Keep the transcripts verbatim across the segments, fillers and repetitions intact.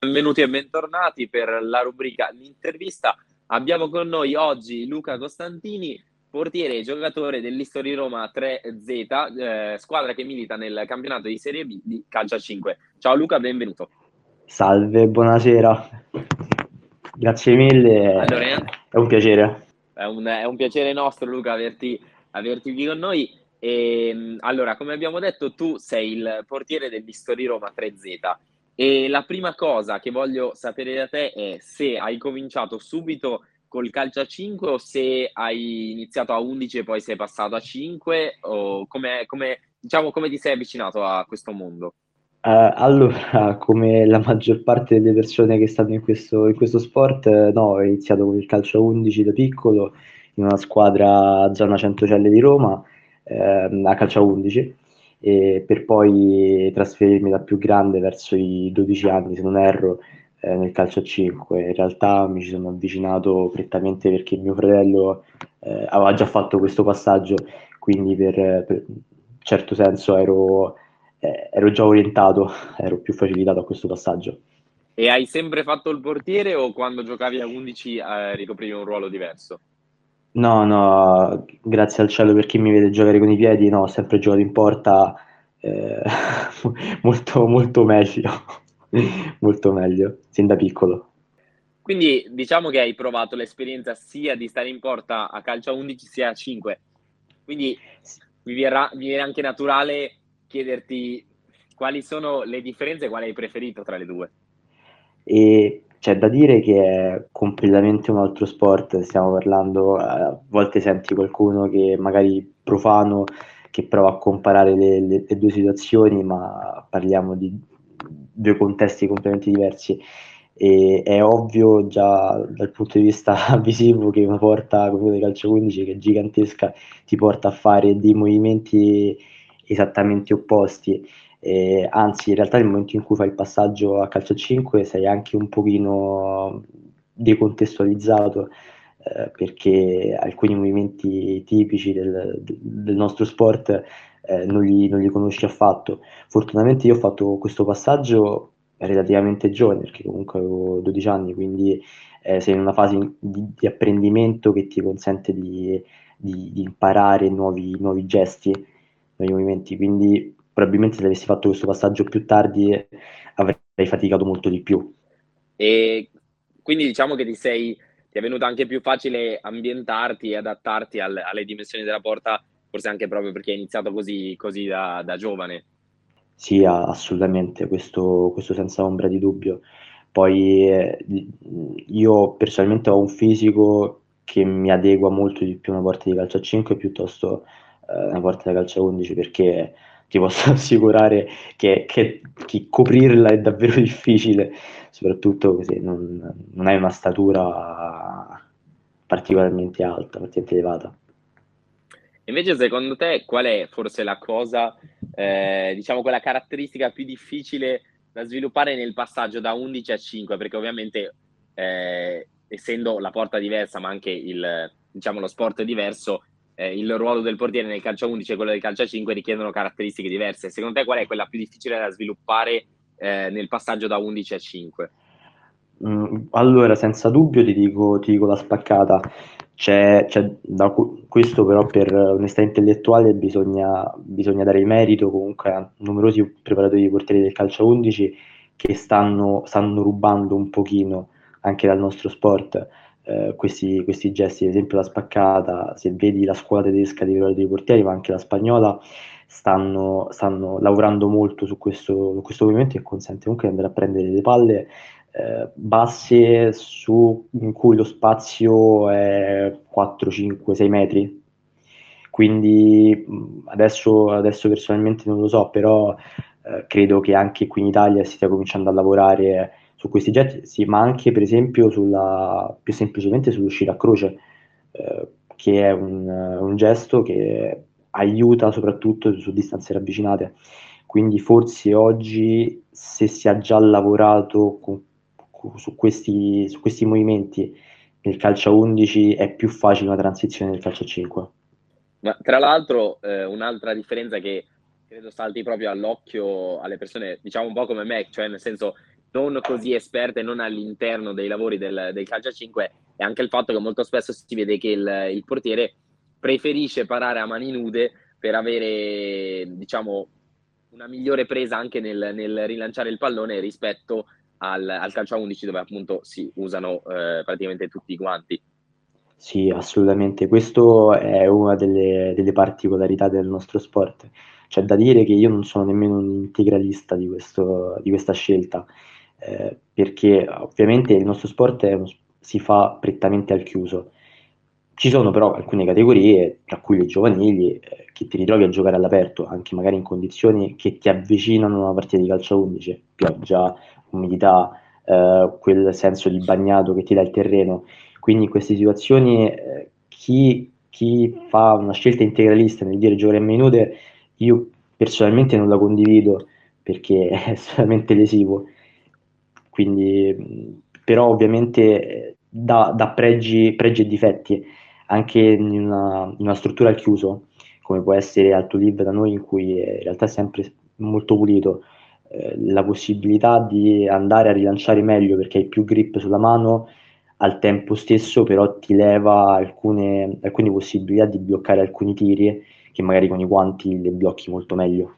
Benvenuti e bentornati per la rubrica L'intervista. Abbiamo con noi oggi Luca Costantini, portiere e giocatore dell'History Roma tre Z, eh, squadra che milita nel campionato di Serie B di calcio a cinque. Ciao Luca, benvenuto. Salve, buonasera. Grazie mille, Allora, innanzi- è un piacere. è un, è un piacere nostro Luca averti, averti qui con noi. E, mh, allora, come abbiamo detto, tu sei il portiere dell'History Roma tre Z. E la prima cosa che voglio sapere da te è se hai cominciato subito col calcio a cinque o se hai iniziato a undici e poi sei passato a cinque o come, come, diciamo, come ti sei avvicinato a questo mondo. Eh, allora, come la maggior parte delle persone che stanno in questo, in questo sport, eh, no, ho iniziato con il calcio a undici da piccolo in una squadra zona Centocelle di Roma, ehm, a calcio a undici, e per poi trasferirmi da più grande verso i dodici anni, se non erro, eh, nel calcio a cinque. In realtà mi ci sono avvicinato prettamente perché mio fratello eh, aveva già fatto questo passaggio, quindi per, per certo senso ero eh, ero già orientato, ero più facilitato a questo passaggio. E hai sempre fatto il portiere o quando giocavi a undici eh, ricoprivi un ruolo diverso? No, no, grazie al cielo per chi mi vede giocare con i piedi, no, ho sempre giocato in porta, eh, molto, molto meglio, molto meglio, sin da piccolo. Quindi diciamo che hai provato l'esperienza sia di stare in porta a calcio a undici sia a cinque. Quindi mi verrà, mi viene anche naturale chiederti quali sono le differenze e quale hai preferito tra le due. E c'è da dire che è completamente un altro sport, stiamo parlando, a volte senti qualcuno che magari profano che prova a comparare le, le- le due situazioni, ma parliamo di due contesti completamente diversi. E è ovvio già dal punto di vista visivo che una porta come quella di calcio quindici, che è gigantesca, ti porta a fare dei movimenti esattamente opposti. Eh, anzi, in realtà nel momento in cui fai il passaggio a calcio a cinque sei anche un pochino decontestualizzato, eh, perché alcuni movimenti tipici del, del nostro sport eh, non li, non li conosci affatto. Fortunatamente io ho fatto questo passaggio relativamente giovane, perché comunque avevo dodici anni, quindi eh, sei in una fase di, di apprendimento che ti consente di, di- di imparare nuovi, nuovi gesti, nuovi movimenti, quindi probabilmente se avessi fatto questo passaggio più tardi eh, avrei faticato molto di più. E quindi diciamo che ti sei, ti è venuto anche più facile ambientarti e adattarti al- alle dimensioni della porta, forse anche proprio perché hai iniziato così, così da, da giovane. Sì, a- assolutamente, questo, questo senza ombra di dubbio. Poi eh, io personalmente ho un fisico che mi adegua molto di più a una porta di calcio a cinque piuttosto eh, una porta di calcio a undici, perché ti posso assicurare che, che- che coprirla è davvero difficile, soprattutto se non, non hai una statura particolarmente alta, particolarmente elevata. Invece, secondo te, qual è forse la cosa, eh, diciamo, quella caratteristica più difficile da sviluppare nel passaggio da undici a cinque? Perché ovviamente, eh, essendo la porta diversa, ma anche il, diciamo, lo sport diverso, eh, il ruolo del portiere nel calcio a undici e quello del calcio a cinque richiedono caratteristiche diverse. Secondo te, qual è quella più difficile da sviluppare, eh, nel passaggio da undici a cinque? Mm, allora, senza dubbio ti dico, ti dico la spaccata. C'è, c'è da cu- questo però per onestà intellettuale bisogna, bisogna dare il merito comunque a numerosi preparatori di portieri del calcio a undici che stanno, stanno rubando un pochino anche dal nostro sport eh, questi, questi gesti, ad esempio la spaccata, se vedi la scuola tedesca di preparatori di portieri, ma anche la spagnola, stanno, stanno lavorando molto su questo, su questo movimento che consente comunque di andare a prendere le palle eh, basse su, in cui lo spazio è quattro, cinque, sei metri. Quindi mh, adesso, adesso personalmente non lo so, però eh, credo che anche qui in Italia si stia cominciando a lavorare su questi getti, sì, ma anche per esempio sulla, più semplicemente sull'uscita a croce, eh, che è un, un gesto che aiuta soprattutto su distanze ravvicinate. Quindi forse oggi, se si ha già lavorato con- con- su questi, su questi movimenti nel calcio a undici, è più facile una transizione nel calcio a cinque. Ma tra l'altro, eh, un'altra differenza che credo salti proprio all'occhio alle persone, diciamo un po' come me, cioè nel senso non così esperte, non all'interno dei lavori del, del calcio a cinque, è anche il fatto che molto spesso si vede che il, il portiere preferisce parare a mani nude per avere, diciamo, una migliore presa anche nel, nel rilanciare il pallone rispetto al, al calcio a undici, dove appunto si usano eh, praticamente tutti i guanti. Sì, assolutamente. Questo è una delle, delle particolarità del nostro sport. C'è da dire che io non sono nemmeno un integralista di questo- di questa scelta, eh, perché ovviamente il nostro sport è uno s- si fa prettamente al chiuso. Ci sono però alcune categorie, tra cui le giovanili, eh, che ti ritrovi a giocare all'aperto, anche magari in condizioni che ti avvicinano a una partita di calcio a undici, pioggia, umidità, eh, quel senso di bagnato che ti dà il terreno. Quindi in queste situazioni eh, chi, chi fa una scelta integralista nel dire giocare a minute, io personalmente non la condivido perché è solamente lesivo. Quindi, mh, però ovviamente eh, dà, dà pregi, pregi e difetti anche in una, in una struttura al chiuso, come può essere Alto Live da noi, in cui è- in realtà è sempre molto pulito, eh, la possibilità di andare a rilanciare meglio perché hai più grip sulla mano, al tempo stesso però ti leva alcune, alcune possibilità di bloccare alcuni tiri che magari con i guanti le blocchi molto meglio.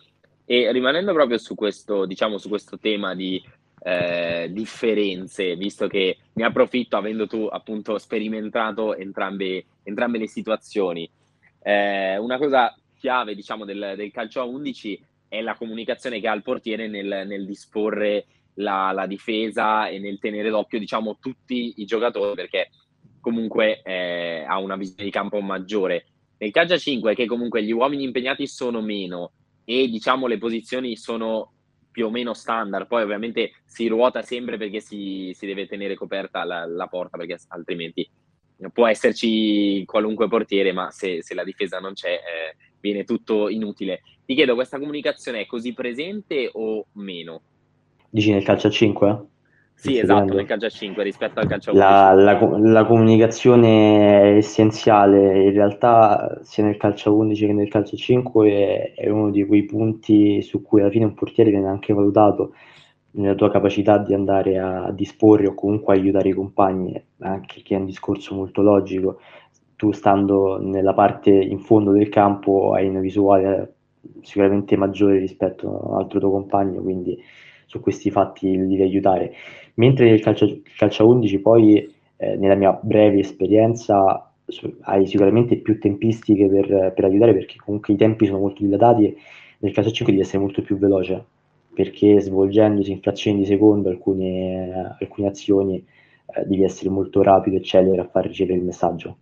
E rimanendo proprio su questo, diciamo, su questo tema di eh, differenze, visto che ne approfitto avendo tu appunto sperimentato entrambe, entrambe le situazioni, eh, una cosa chiave, diciamo, del, del calcio a undici è la comunicazione che ha il portiere nel, nel disporre la, la difesa e nel tenere d'occhio, diciamo, tutti i giocatori, perché comunque eh, ha una visione di campo maggiore. Nel calcio a cinque, che comunque gli uomini impegnati sono meno e diciamo le posizioni sono più o meno standard, poi ovviamente si ruota sempre perché si, si deve tenere coperta la, la porta, perché altrimenti può esserci qualunque portiere, ma se, se la difesa non c'è eh, viene tutto inutile. Ti chiedo, questa comunicazione è così presente o meno? Dici nel calcio a cinque? Mi Sì, stai esatto, nel chiedendo? calcio a cinque rispetto al calcio a La, undici. la co- la comunicazione è essenziale, in realtà sia nel calcio a undici che nel calcio a cinque è, è uno di quei punti su cui alla fine un portiere viene anche valutato nella tua capacità di andare a disporre o comunque aiutare i compagni, anche che è un discorso molto logico. Tu stando nella parte in fondo del campo hai una visuale sicuramente maggiore rispetto a un altro tuo compagno, quindi su questi fatti li devi aiutare. Mentre nel calcio, il calcio a undici poi, eh, nella mia breve esperienza, su- hai sicuramente più tempistiche per, per aiutare perché comunque i tempi sono molto dilatati e nel calcio a cinque devi essere molto più veloce perché svolgendosi in frazioni di secondo alcune, alcune azioni eh, devi essere molto rapido e celere a far ricevere il messaggio.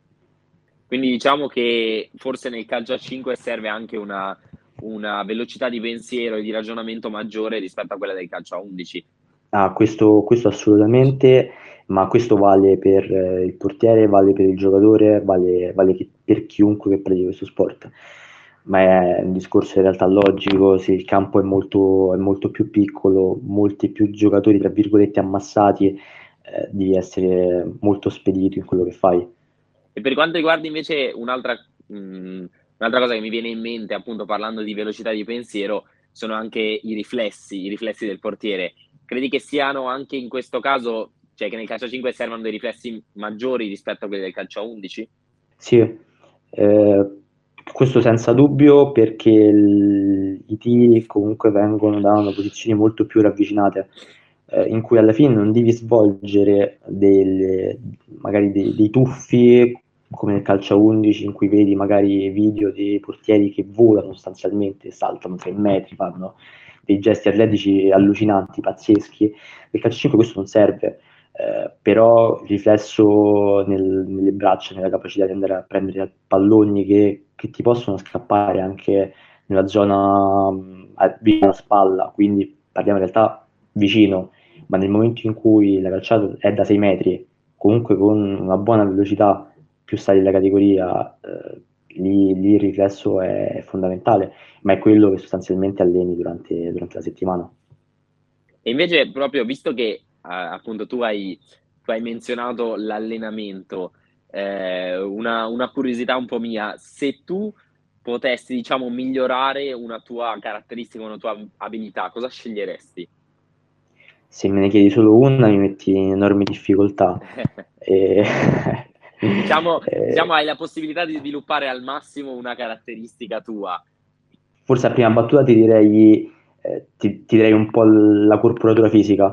Quindi diciamo che forse nel calcio a cinque serve anche una, una velocità di pensiero e di ragionamento maggiore rispetto a quella del calcio a undici. Ah, questo, questo assolutamente, ma questo vale per eh, il portiere, vale per il giocatore, vale, vale chi- per chiunque che pratica questo sport. Ma è un discorso in realtà logico, se il campo è molto, è molto più piccolo, molti più giocatori, tra virgolette, ammassati, eh, devi essere molto spedito in quello che fai. E per quanto riguarda invece un'altra, mh, un'altra cosa che mi viene in mente, appunto parlando di velocità di pensiero, sono anche i riflessi, i riflessi del portiere. Credi che siano anche in questo caso, cioè che nel calcio a cinque servano dei riflessi maggiori rispetto a quelli del calcio a undici? Sì, eh, questo senza dubbio perché il- i tiri comunque vengono da una posizioni molto più ravvicinate, eh, in cui alla fine non devi svolgere delle- magari dei, dei tuffi come nel calcio a undici in cui vedi magari video dei portieri che volano sostanzialmente, saltano sei metri, fanno dei gesti atletici allucinanti, pazzeschi. Nel calcio a cinque questo non serve, eh, però il riflesso nel- nelle braccia, nella capacità di andare a prendere palloni che, che ti possono scappare anche nella zona mh, a- vicino alla spalla, quindi parliamo in realtà vicino, ma nel momento in cui la calciata è da sei metri, comunque con una buona velocità, più sali la categoria, eh, lì, lì il riflesso è fondamentale, ma è quello che sostanzialmente alleni durante durante la settimana. E invece, proprio visto che eh, appunto tu hai, tu hai menzionato l'allenamento, eh, una, una curiosità un po' mia, se tu potessi, diciamo, migliorare una tua caratteristica, una tua abilità, cosa sceglieresti? se me ne chiedi solo una mi metti in enormi difficoltà. E... Diciamo, diciamo eh, hai la possibilità di sviluppare al massimo una caratteristica tua. Forse a prima battuta ti direi, eh, ti, ti direi un po' l- la corporatura fisica,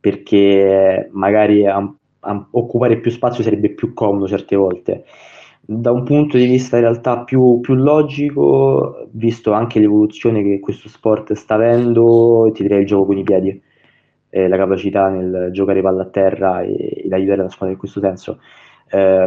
perché magari a- a- occupare più spazio sarebbe più comodo certe volte. Da un punto di vista in realtà più, più logico, visto anche l'evoluzione che questo sport sta avendo, ti direi il gioco con i piedi, eh, la capacità nel giocare palla a terra e, ed aiutare la squadra in questo senso. Eh,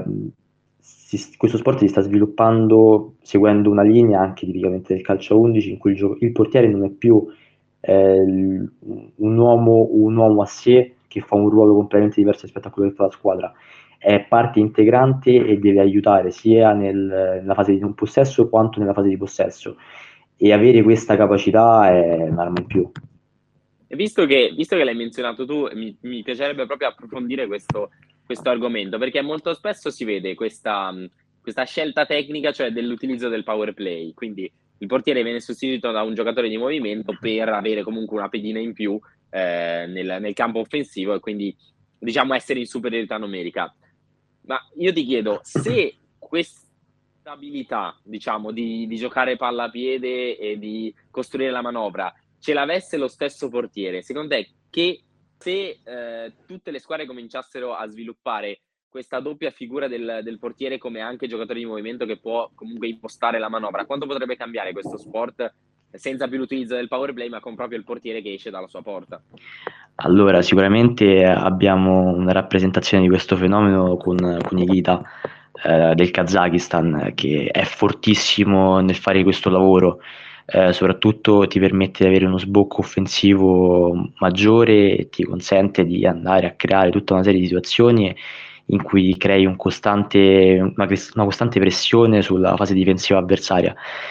si- questo sport si sta sviluppando seguendo una linea anche tipicamente del calcio a undici, in cui il, gio- il portiere non è più eh, il- un uomo, un uomo a sé che fa un ruolo completamente diverso rispetto a quello che fa la squadra, è parte integrante e deve aiutare sia nel- nella fase di non possesso quanto nella fase di possesso. E avere questa capacità è un'arma in più. E visto che, visto che l'hai menzionato tu, mi, mi piacerebbe proprio approfondire questo, questo argomento, perché molto spesso si vede questa, mh, questa scelta tecnica, cioè dell'utilizzo del power play. Quindi il portiere viene sostituito da un giocatore di movimento per avere comunque una pedina in più eh, nel, nel campo offensivo e quindi diciamo essere in superiorità numerica. Ma io ti chiedo, se questa abilità, diciamo, di, di giocare palla a piede e di costruire la manovra ce l'avesse lo stesso portiere, secondo te che se eh, tutte le squadre cominciassero a sviluppare questa doppia figura del, del portiere come anche giocatore di movimento che può comunque impostare la manovra, quanto potrebbe cambiare questo sport senza più l'utilizzo del power play, ma con proprio il portiere che esce dalla sua porta? Allora, sicuramente abbiamo una rappresentazione di questo fenomeno con, con Nikita eh, del Kazakistan, che è fortissimo nel fare questo lavoro, eh, soprattutto ti permette di avere uno sbocco offensivo maggiore e ti consente di andare a creare tutta una serie di situazioni in cui crei un costante, una, cres- una costante pressione sulla fase difensiva avversaria.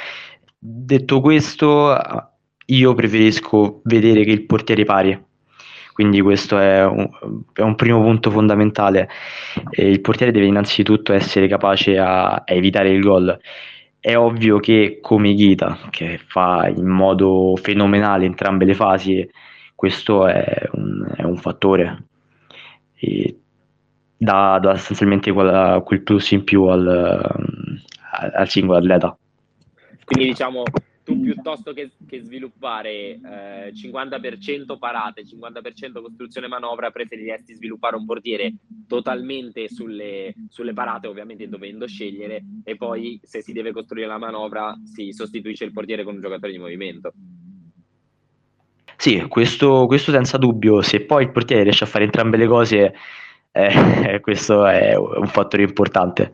Detto questo, io preferisco vedere che il portiere pari, quindi questo è un, è un primo punto fondamentale. Eh, il portiere deve innanzitutto essere capace a, a evitare il gol. È ovvio che come Ghita, che fa in modo fenomenale entrambe le fasi, questo è un, è un fattore. E dà, dà sostanzialmente quel, quel plus in più al, al singolo atleta. Quindi diciamo, tu piuttosto che, che sviluppare eh, cinquanta per cento parate, cinquanta per cento costruzione manovra, preferiresti sviluppare un portiere totalmente sulle, sulle parate, ovviamente dovendo scegliere, e poi se si deve costruire la manovra si sostituisce il portiere con un giocatore di movimento. Sì, questo, questo senza dubbio, se poi il portiere riesce a fare entrambe le cose, eh, questo è un fattore importante.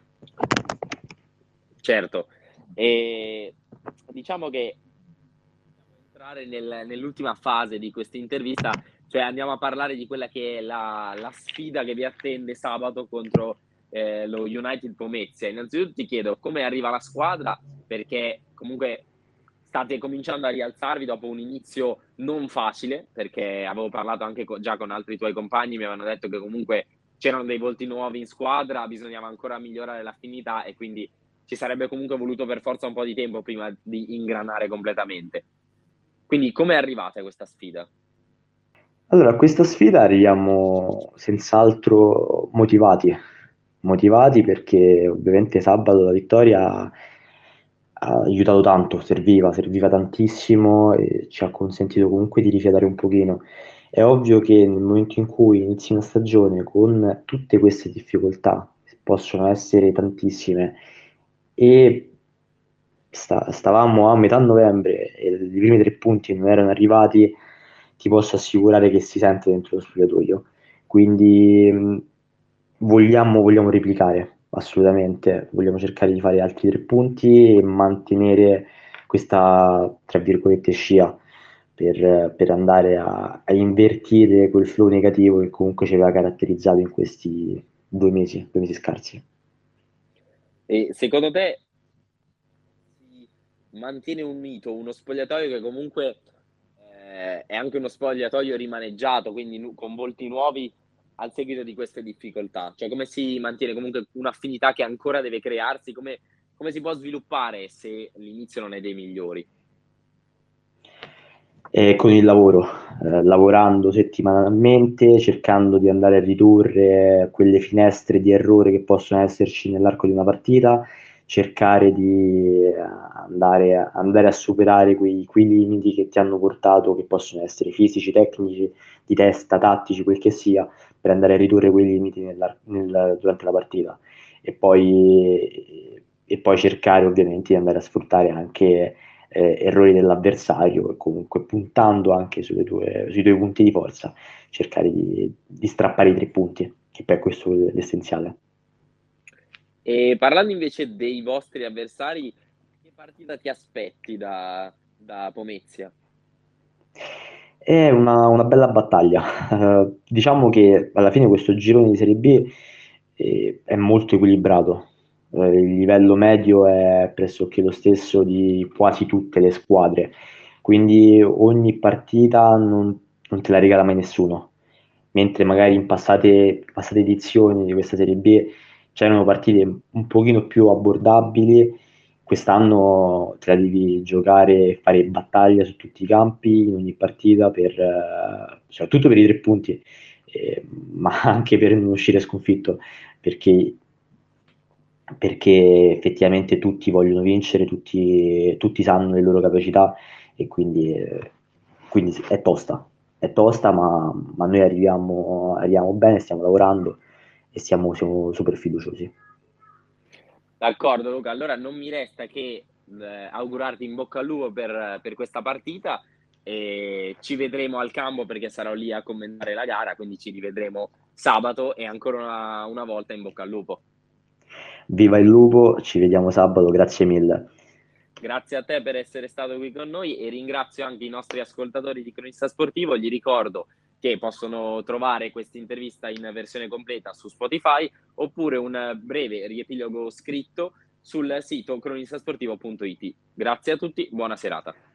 Certo, e diciamo che entrare nel- nell'ultima fase di questa intervista, cioè andiamo a parlare di quella che è la, la sfida che vi attende sabato contro eh, lo United Pomezia. Innanzitutto ti chiedo come arriva la squadra, perché comunque state cominciando a rialzarvi dopo un inizio non facile, perché avevo parlato anche co- già con altri tuoi compagni, mi avevano detto che comunque c'erano dei volti nuovi in squadra, bisognava ancora migliorare l'affinità e quindi ci sarebbe comunque voluto per forza un po' di tempo prima di ingranare completamente. Quindi come arrivate a questa sfida? Allora, a questa sfida arriviamo senz'altro motivati, motivati perché ovviamente sabato la vittoria ha aiutato tanto, serviva, serviva tantissimo e ci ha consentito comunque di rifiatare un pochino. È ovvio che nel momento in cui inizi una stagione con tutte queste difficoltà, possono essere tantissime, e sta- stavamo a metà novembre e i primi tre punti non erano arrivati, ti posso assicurare che si sente dentro lo spogliatoio. Quindi mh, vogliamo, vogliamo replicare, assolutamente, vogliamo cercare di fare altri tre punti e mantenere questa, tra virgolette, scia per, per andare a, a invertire quel flow negativo che comunque ci aveva caratterizzato in questi due mesi, due mesi scarsi. E secondo te si mantiene unito uno spogliatoio che comunque eh, è anche uno spogliatoio rimaneggiato, quindi nu- con volti nuovi al seguito di queste difficoltà? Cioè come si mantiene comunque un'affinità che ancora deve crearsi? Come, come si può sviluppare se l'inizio non è dei migliori? E con il lavoro, eh, lavorando settimanalmente, cercando di andare a ridurre quelle finestre di errore che possono esserci nell'arco di una partita, cercare di eh, andare, andare a superare quei, quei limiti che ti hanno portato, che possono essere fisici, tecnici, di testa, tattici, quel che sia, per andare a ridurre quei limiti nella- nel- durante la partita. E poi, e poi cercare ovviamente di andare a sfruttare anche eh, errori dell'avversario e comunque puntando anche sulle tue- sui tuoi punti di forza, cercare di, di strappare i tre punti, che poi è questo l'essenziale. E parlando invece dei vostri avversari, che partita ti aspetti da, da Pomezia? È una, una bella battaglia. Eh, diciamo che alla fine questo girone di Serie B eh, è molto equilibrato. Eh, il livello medio è pressoché lo stesso di quasi tutte le squadre, quindi ogni partita non, non te la regala mai nessuno. Mentre magari in passate, passate edizioni di questa Serie B c'erano partite un pochino più abbordabili. Quest'anno te la devi giocare e fare battaglia su tutti i campi, in ogni partita, per, eh, soprattutto per i tre punti, eh, ma anche per non uscire sconfitto, perché, perché effettivamente tutti vogliono vincere, tutti, tutti sanno le loro capacità e quindi, eh, quindi è tosta, è tosta, ma, ma noi arriviamo, arriviamo bene, stiamo lavorando e siamo, siamo super fiduciosi. D'accordo Luca, allora non mi resta che eh, augurarti in bocca al lupo per, per questa partita e ci vedremo al campo perché sarò lì a commentare la gara, quindi ci rivedremo sabato e ancora una, una volta in bocca al lupo. Viva il lupo, ci vediamo sabato, grazie mille. Grazie a te per essere stato qui con noi e ringrazio anche i nostri ascoltatori di Cronista Sportivo. Gli ricordo che possono trovare questa intervista in versione completa su Spotify oppure un breve riepilogo scritto sul sito cronistasportivo punto it. Grazie a tutti, buona serata.